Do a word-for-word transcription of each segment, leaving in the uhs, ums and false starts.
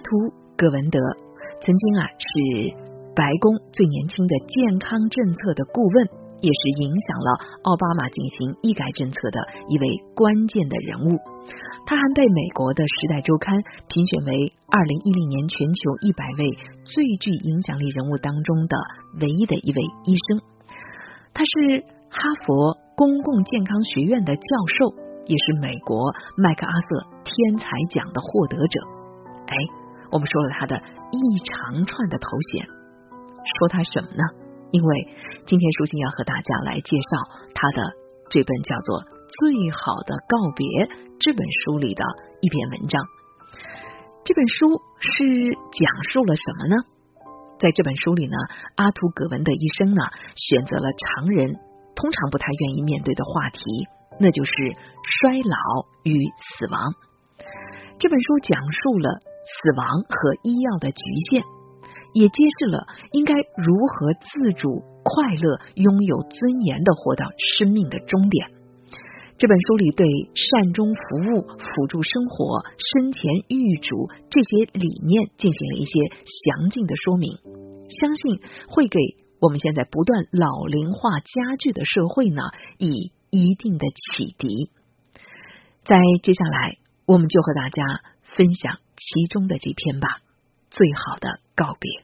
图·葛文德曾经啊是白宫最年轻的健康政策的顾问，也是影响了奥巴马进行医改政策的一位关键的人物。他还被美国的《时代周刊》评选为二零一零年全球一百位最具影响力人物当中的唯一的一位医生。他是哈佛公共健康学院的教授，也是美国麦克阿瑟天才奖的获得者。哎，我们说了他的一长串的头衔，说他什么呢？因为今天书信要和大家来介绍他的这本叫做《最好的告别》这本书里的一篇文章。这本书是讲述了什么呢？在这本书里呢，阿图·葛文德医生呢选择了常人通常不太愿意面对的话题，那就是衰老与死亡。这本书讲述了死亡和医药的局限，也揭示了应该如何自主、快乐、拥有尊严地活到生命的终点。这本书里对善终服务、辅助生活、生前预嘱这些理念进行了一些详尽的说明，相信会给我们现在不断老龄化加剧的社会呢以一定的启迪。在接下来我们就和大家分享其中的这篇吧，最好的告别。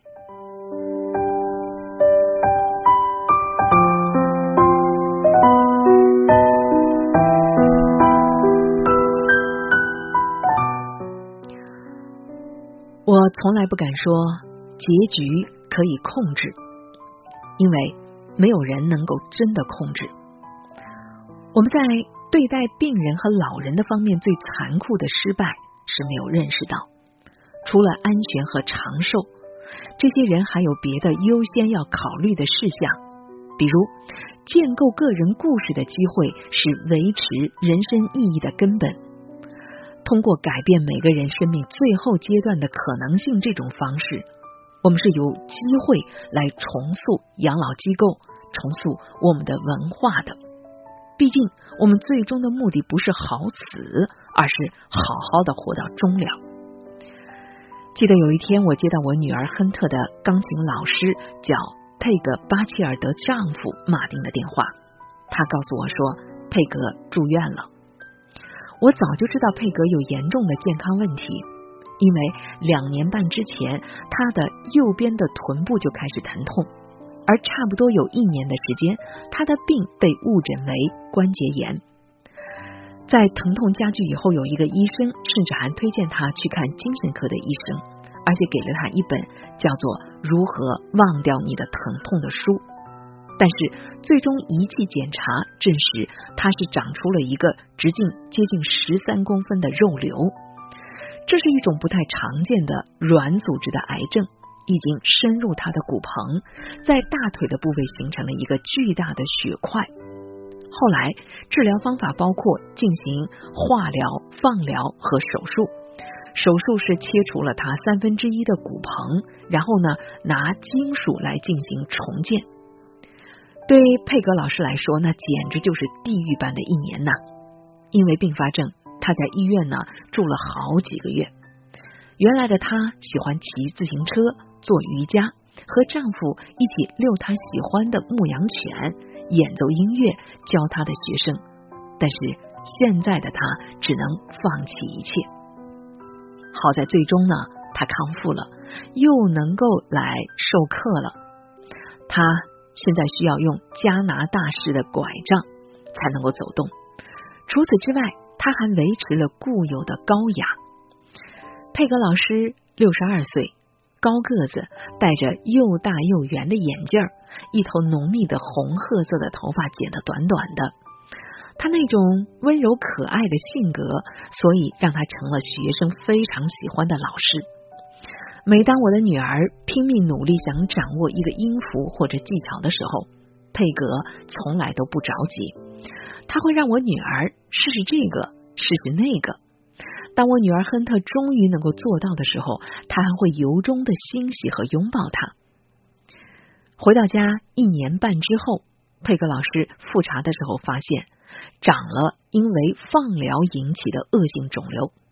我从来不敢说结局可以控制，因为没有人能够真的控制。我们在对待病人和老人的方面最残酷的失败是没有认识到，除了安全和长寿，这些人还有别的优先要考虑的事项，比如建构个人故事的机会是维持人生意义的根本。通过改变每个人生命最后阶段的可能性这种方式，我们是有机会来重塑养老机构，重塑我们的文化的。毕竟我们最终的目的不是好死，而是好好的活到终了。记得有一天我接到我女儿亨特的钢琴老师叫佩格巴切尔德丈夫马丁的电话，他告诉我说佩格住院了。我早就知道佩格有严重的健康问题，因为两年半之前他的右边的臀部就开始疼痛，而差不多有一年的时间，他的病被误诊为关节炎。在疼痛加剧以后，有一个医生甚至还推荐他去看精神科的医生，而且给了他一本叫做《如何忘掉你的疼痛》的书。但是最终仪器检查证实他是长出了一个直径接近十三公分的肉瘤，这是一种不太常见的软组织的癌症，已经深入他的骨盆，在大腿的部位形成了一个巨大的血块。后来治疗方法包括进行化疗、放疗和手术。手术是切除了他三分之一的骨盆，然后呢拿金属来进行重建。对佩格老师来说，那简直就是地狱般的一年呐！因为并发症，他在医院呢住了好几个月。原来的他喜欢骑自行车、做瑜伽，和丈夫一起遛他喜欢的牧羊犬，演奏音乐，教他的学生。但是现在的他只能放弃一切。好在最终呢，他康复了，又能够来授课了。他现在需要用加拿大式的拐杖才能够走动。除此之外，他还维持了固有的高雅。佩格老师六十二岁，高个子，戴着又大又圆的眼镜，一头浓密的红褐色的头发剪得短短的。他那种温柔可爱的性格，所以让他成了学生非常喜欢的老师。每当我的女儿拼命努力想掌握一个音符或者技巧的时候，佩格从来都不着急，他会让我女儿试试这个，试试那个。当我女儿亨特终于能够做到的时候，他还会由衷的欣喜和拥抱她。回到家一年半之后，佩格老师复查的时候发现长了因为放疗引起的恶性肿瘤。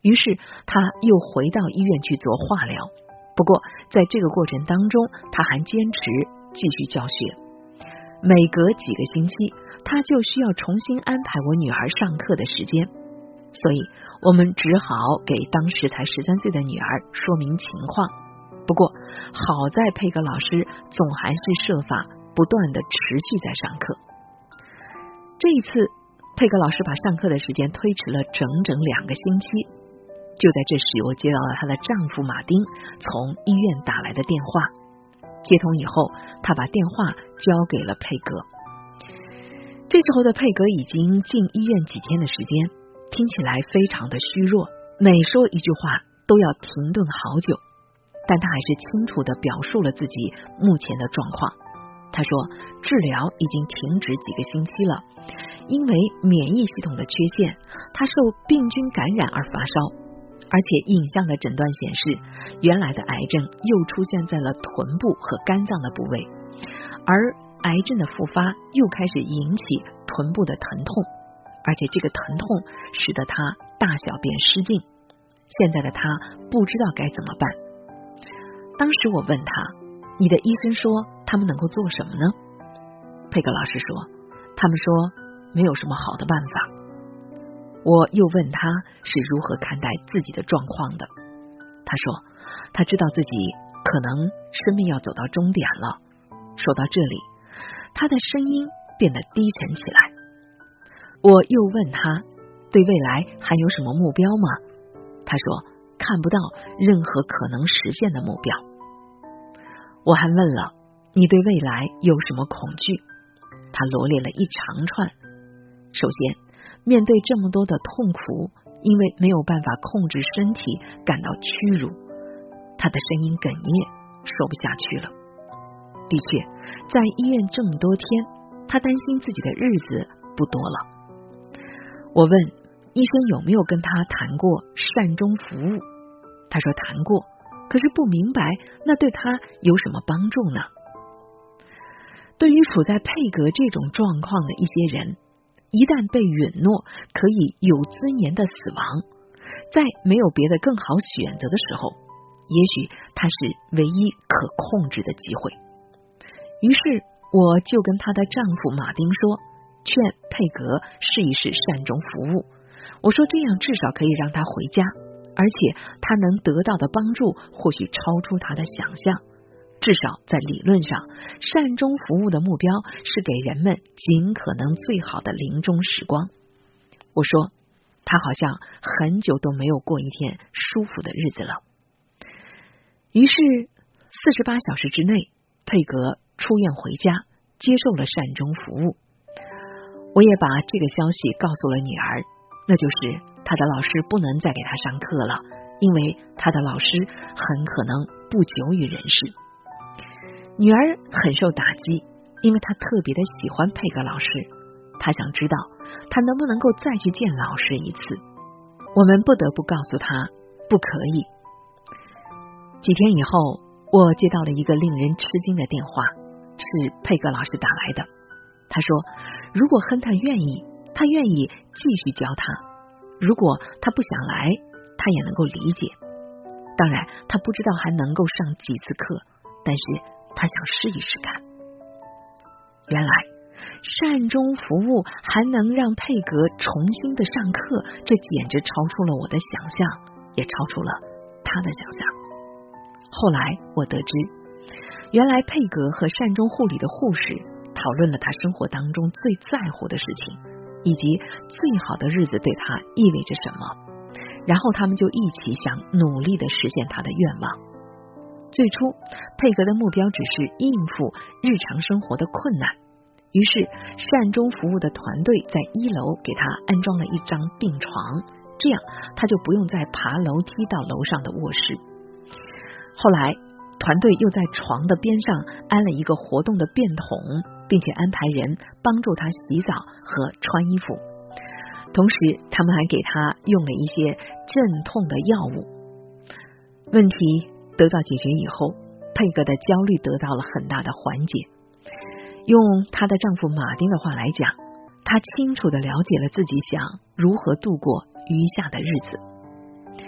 于是他又回到医院去做化疗。不过在这个过程当中，他还坚持继续教学。每隔几个星期，他就需要重新安排我女儿上课的时间，所以我们只好给当时才十三岁的女儿说明情况。不过好在佩格老师总还是设法不断的持续在上课。这一次佩格老师把上课的时间推迟了整整两个星期。就在这时，我接到了她的丈夫马丁从医院打来的电话。接通以后，他把电话交给了佩格。这时候的佩格已经进医院几天的时间，听起来非常的虚弱，每说一句话都要停顿好久，但他还是清楚地表述了自己目前的状况。他说治疗已经停止几个星期了，因为免疫系统的缺陷，他受病菌感染而发烧，而且影像的诊断显示，原来的癌症又出现在了臀部和肝脏的部位，而癌症的复发又开始引起臀部的疼痛，而且这个疼痛使得他大小便失禁。现在的他不知道该怎么办。当时我问他，你的医生说他们能够做什么呢？佩格老师说，他们说没有什么好的办法。我又问他是如何看待自己的状况的。他说他知道自己可能生命要走到终点了。说到这里，他的声音变得低沉起来。我又问他对未来还有什么目标吗？他说看不到任何可能实现的目标。我还问了，你对未来有什么恐惧？他罗列了一长串。首先，面对这么多的痛苦，因为没有办法控制身体，感到屈辱，他的声音哽咽，说不下去了。的确，在医院这么多天，他担心自己的日子不多了。我问医生有没有跟他谈过善终服务，他说谈过，可是不明白那对他有什么帮助呢？对于处在佩格这种状况的一些人，一旦被允诺可以有尊严的死亡，在没有别的更好选择的时候，也许它是唯一可控制的机会。于是我就跟她的丈夫马丁说，劝佩格试一试善终服务。我说这样至少可以让她回家，而且她能得到的帮助或许超出她的想象。至少在理论上，善终服务的目标是给人们尽可能最好的临终时光。我说他好像很久都没有过一天舒服的日子了。于是四十八小时之内，佩格出院回家，接受了善终服务。我也把这个消息告诉了女儿，那就是他的老师不能再给他上课了，因为他的老师很可能不久于人世。女儿很受打击，因为她特别的喜欢佩格老师，她想知道她能不能够再去见老师一次。我们不得不告诉她不可以。几天以后，我接到了一个令人吃惊的电话，是佩格老师打来的。他说如果亨特愿意，他愿意继续教他，如果他不想来，他也能够理解。当然他不知道还能够上几次课，但是他想试一试看。原来善终服务还能让佩格重新的上课，这简直超出了我的想象，也超出了他的想象。后来我得知，原来佩格和善终护理的护士讨论了他生活当中最在乎的事情，以及最好的日子对他意味着什么，然后他们就一起想努力的实现他的愿望。最初佩格的目标只是应付日常生活的困难，于是善终服务的团队在一楼给他安装了一张病床，这样他就不用再爬楼梯到楼上的卧室。后来团队又在床的边上安了一个活动的便桶，并且安排人帮助他洗澡和穿衣服，同时他们还给他用了一些镇痛的药物。问题得到解决以后，佩格的焦虑得到了很大的缓解。用她的丈夫马丁的话来讲，她清楚地了解了自己想如何度过余下的日子。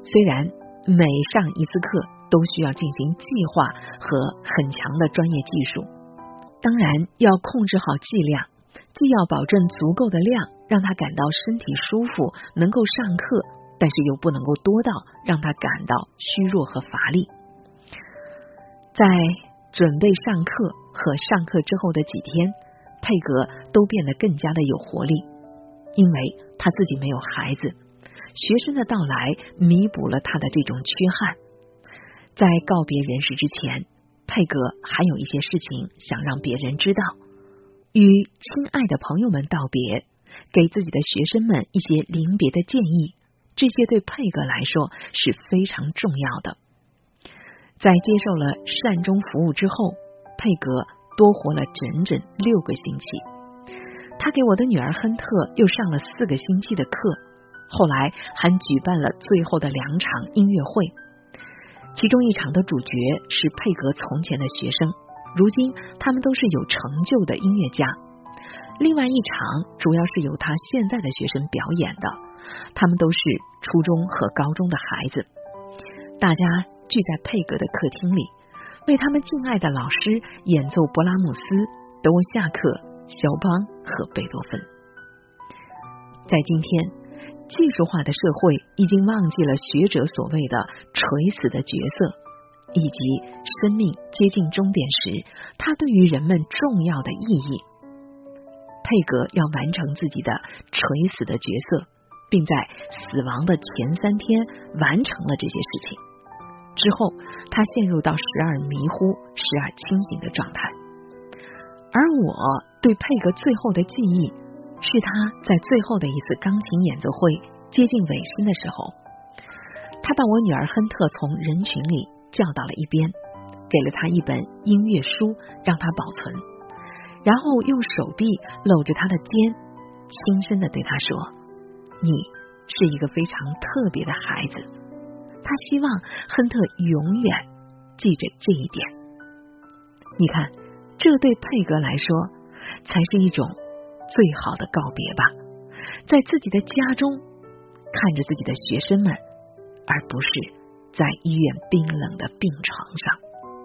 虽然每上一次课都需要进行计划和很强的专业技术，当然要控制好剂量，既要保证足够的量，让他感到身体舒服，能够上课，但是又不能够多到让他感到虚弱和乏力。在准备上课和上课之后的几天，佩格都变得更加的有活力，因为他自己没有孩子，学生的到来弥补了他的这种缺憾。在告别人世之前，佩格还有一些事情想让别人知道，与亲爱的朋友们道别，给自己的学生们一些临别的建议，这些对佩格来说是非常重要的。在接受了善终服务之后，佩格多活了整整六个星期。他给我的女儿亨特又上了四个星期的课，后来还举办了最后的两场音乐会。其中一场的主角是佩格从前的学生，如今他们都是有成就的音乐家。另外一场主要是由他现在的学生表演的，他们都是初中和高中的孩子。大家聚在佩格的客厅里，为他们敬爱的老师演奏勃拉姆斯、德沃夏克、肖邦和贝多芬。在今天，技术化的社会已经忘记了学者所谓的垂死的角色，以及生命接近终点时它对于人们重要的意义。佩格要完成自己的垂死的角色，并在死亡的前三天完成了这些事情。之后他陷入到时而迷糊时而清醒的状态。而我对佩格最后的记忆，是他在最后的一次钢琴演奏会接近尾声的时候，他把我女儿亨特从人群里叫到了一边，给了她一本音乐书让她保存，然后用手臂搂着她的肩，轻声地对她说，你是一个非常特别的孩子。他希望亨特永远记着这一点。你看，这对佩格来说才是一种最好的告别吧，在自己的家中看着自己的学生们，而不是在医院冰冷的病床上。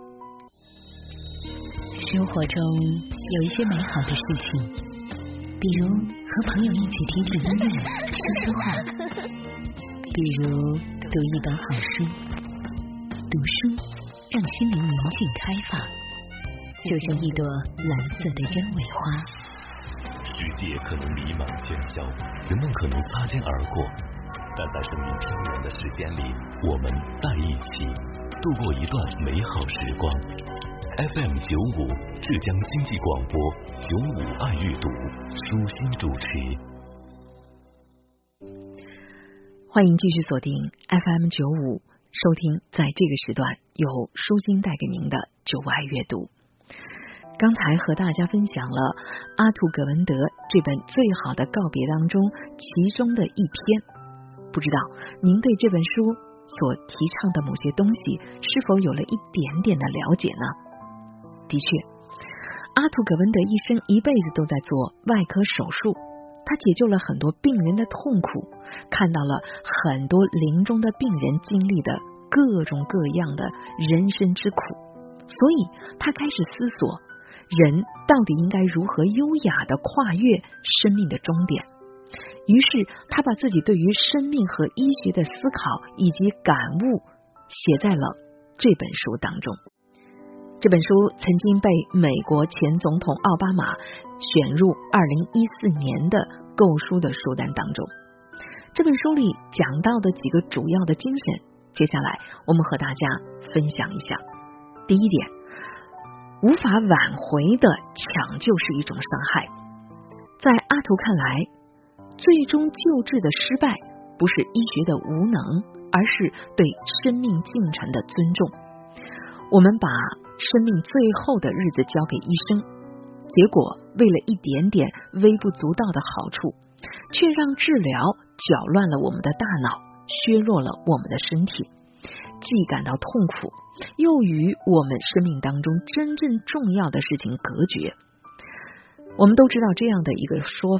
生活中有一些美好的事情，比如和朋友一起听听音乐、说说话，比如读一本好书。读书让心灵宁静开放，就像一朵蓝色的鸢尾花。 世界可能迷茫喧嚣，人们可能擦肩而过，但在生命飘然的时间里，我们在一起度过一段美好时光。F M 九五浙江经济广播九五爱阅读，舒心主持。 欢迎继续锁定 F M 九五，收听在这个时段由舒心带给您的九五爱阅读。刚才和大家分享了阿图·葛文德这本《最好的告别》当中其中的一篇，不知道您对这本书所提倡的某些东西是否有了一点点的了解呢？的确，阿图·葛文德一生一辈子都在做外科手术，他解救了很多病人的痛苦，看到了很多临终的病人经历的各种各样的人生之苦，所以他开始思索人到底应该如何优雅地跨越生命的终点。于是他把自己对于生命和医学的思考以及感悟写在了这本书当中。这本书曾经被美国前总统奥巴马选入二零一四年的购书的书单当中。这本书里讲到的几个主要的精神，接下来我们和大家分享一下。第一点，无法挽回的抢救是一种伤害。在阿图看来，最终救治的失败不是医学的无能，而是对生命进程的尊重。我们把生命最后的日子交给医生，结果为了一点点微不足道的好处，却让治疗搅乱了我们的大脑，削弱了我们的身体，既感到痛苦，又与我们生命当中真正重要的事情隔绝。我们都知道这样的一个说法，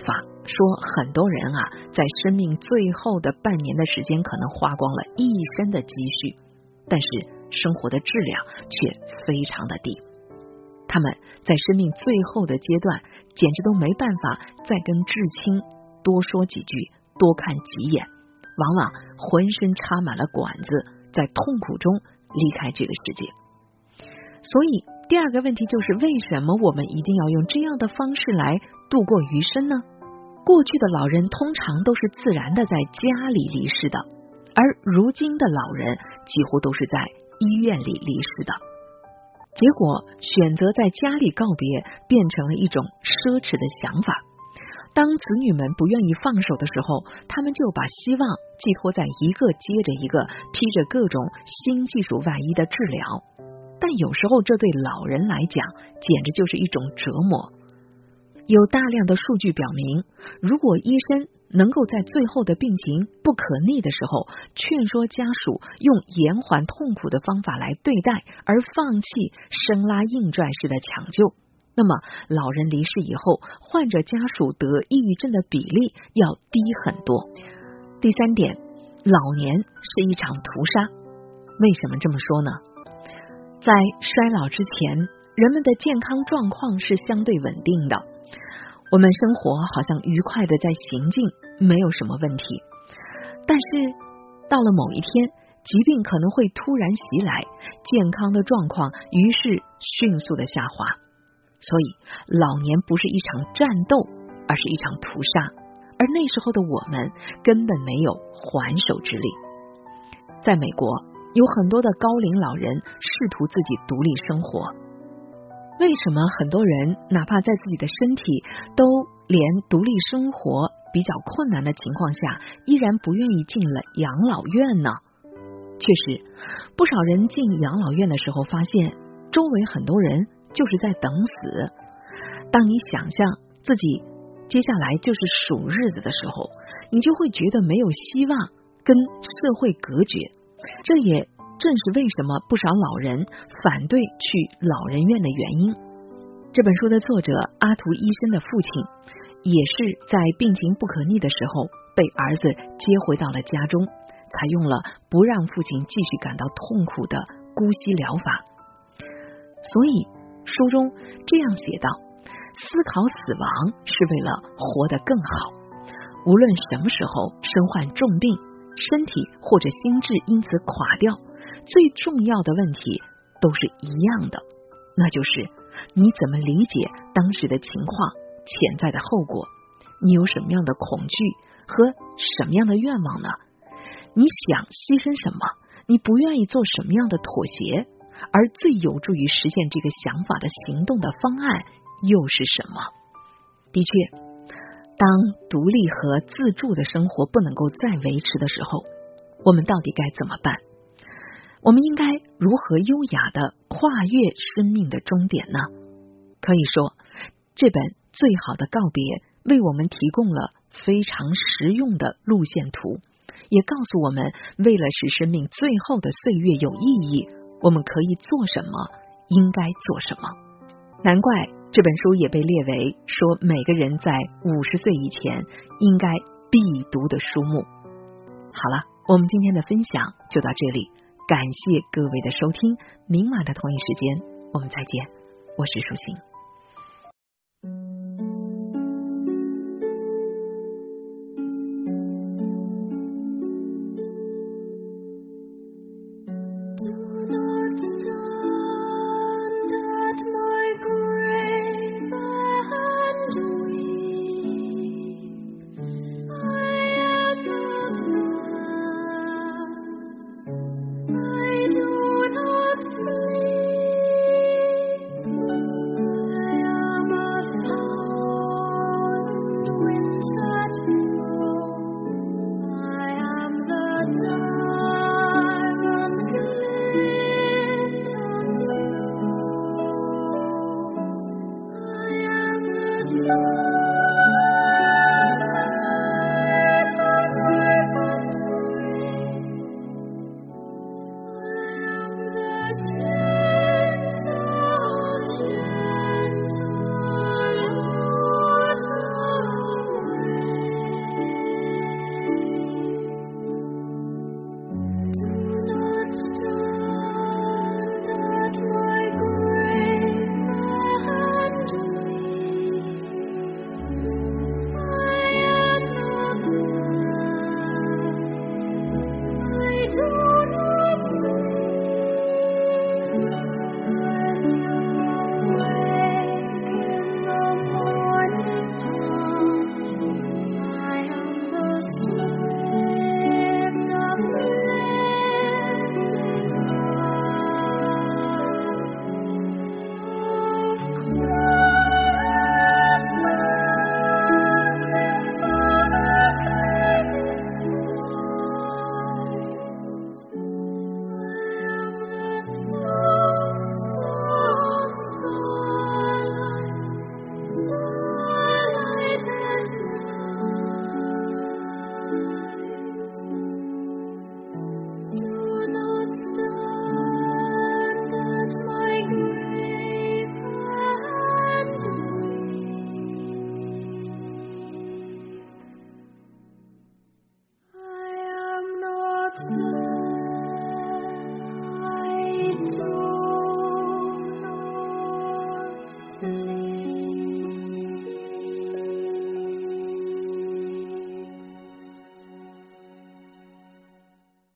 说很多人啊，在生命最后的半年的时间，可能花光了一生的积蓄，但是生活的质量却非常的低。他们在生命最后的阶段，简直都没办法再跟至亲多说几句，多看几眼，往往浑身插满了管子，在痛苦中离开这个世界。所以第二个问题就是，为什么我们一定要用这样的方式来度过余生呢？过去的老人通常都是自然的在家里离世的，而如今的老人几乎都是在医院里离世的。结果选择在家里告别变成了一种奢侈的想法。当子女们不愿意放手的时候，他们就把希望寄托在一个接着一个披着各种新技术外衣的治疗，但有时候这对老人来讲简直就是一种折磨。有大量的数据表明，如果医生能够在最后的病情不可逆的时候，劝说家属用延缓痛苦的方法来对待，而放弃生拉硬拽式的抢救，那么老人离世以后，患者家属得抑郁症的比例要低很多。第三点，老年是一场屠杀。为什么这么说呢？在衰老之前，人们的健康状况是相对稳定的，我们生活好像愉快的在行进，没有什么问题。但是到了某一天，疾病可能会突然袭来，健康的状况于是迅速的下滑。所以老年不是一场战斗，而是一场屠杀，而那时候的我们根本没有还手之力。在美国，有很多的高龄老人试图自己独立生活。为什么很多人哪怕在自己的身体都连独立生活比较困难的情况下，依然不愿意进了养老院呢？确实，不少人进养老院的时候发现，周围很多人就是在等死。当你想象自己接下来就是数日子的时候，你就会觉得没有希望，跟社会隔绝。这也正是为什么不少老人反对去老人院的原因。这本书的作者阿图医生的父亲，也是在病情不可逆的时候被儿子接回到了家中，采用了不让父亲继续感到痛苦的姑息疗法。所以书中这样写道，思考死亡是为了活得更好。无论什么时候身患重病，身体或者心智因此垮掉，最重要的问题都是一样的，那就是你怎么理解当时的情况，潜在的后果，你有什么样的恐惧和什么样的愿望呢？你想牺牲什么？你不愿意做什么样的妥协？而最有助于实现这个想法的行动的方案又是什么？的确，当独立和自助的生活不能够再维持的时候，我们到底该怎么办？我们应该如何优雅的跨越生命的终点呢？可以说，这本最好的告别为我们提供了非常实用的路线图，也告诉我们，为了使生命最后的岁月有意义，我们可以做什么，应该做什么。难怪这本书也被列为说每个人在五十岁以前应该必读的书目。好了，我们今天的分享就到这里，感谢各位的收听，明晚的同一时间我们再见，我是舒心。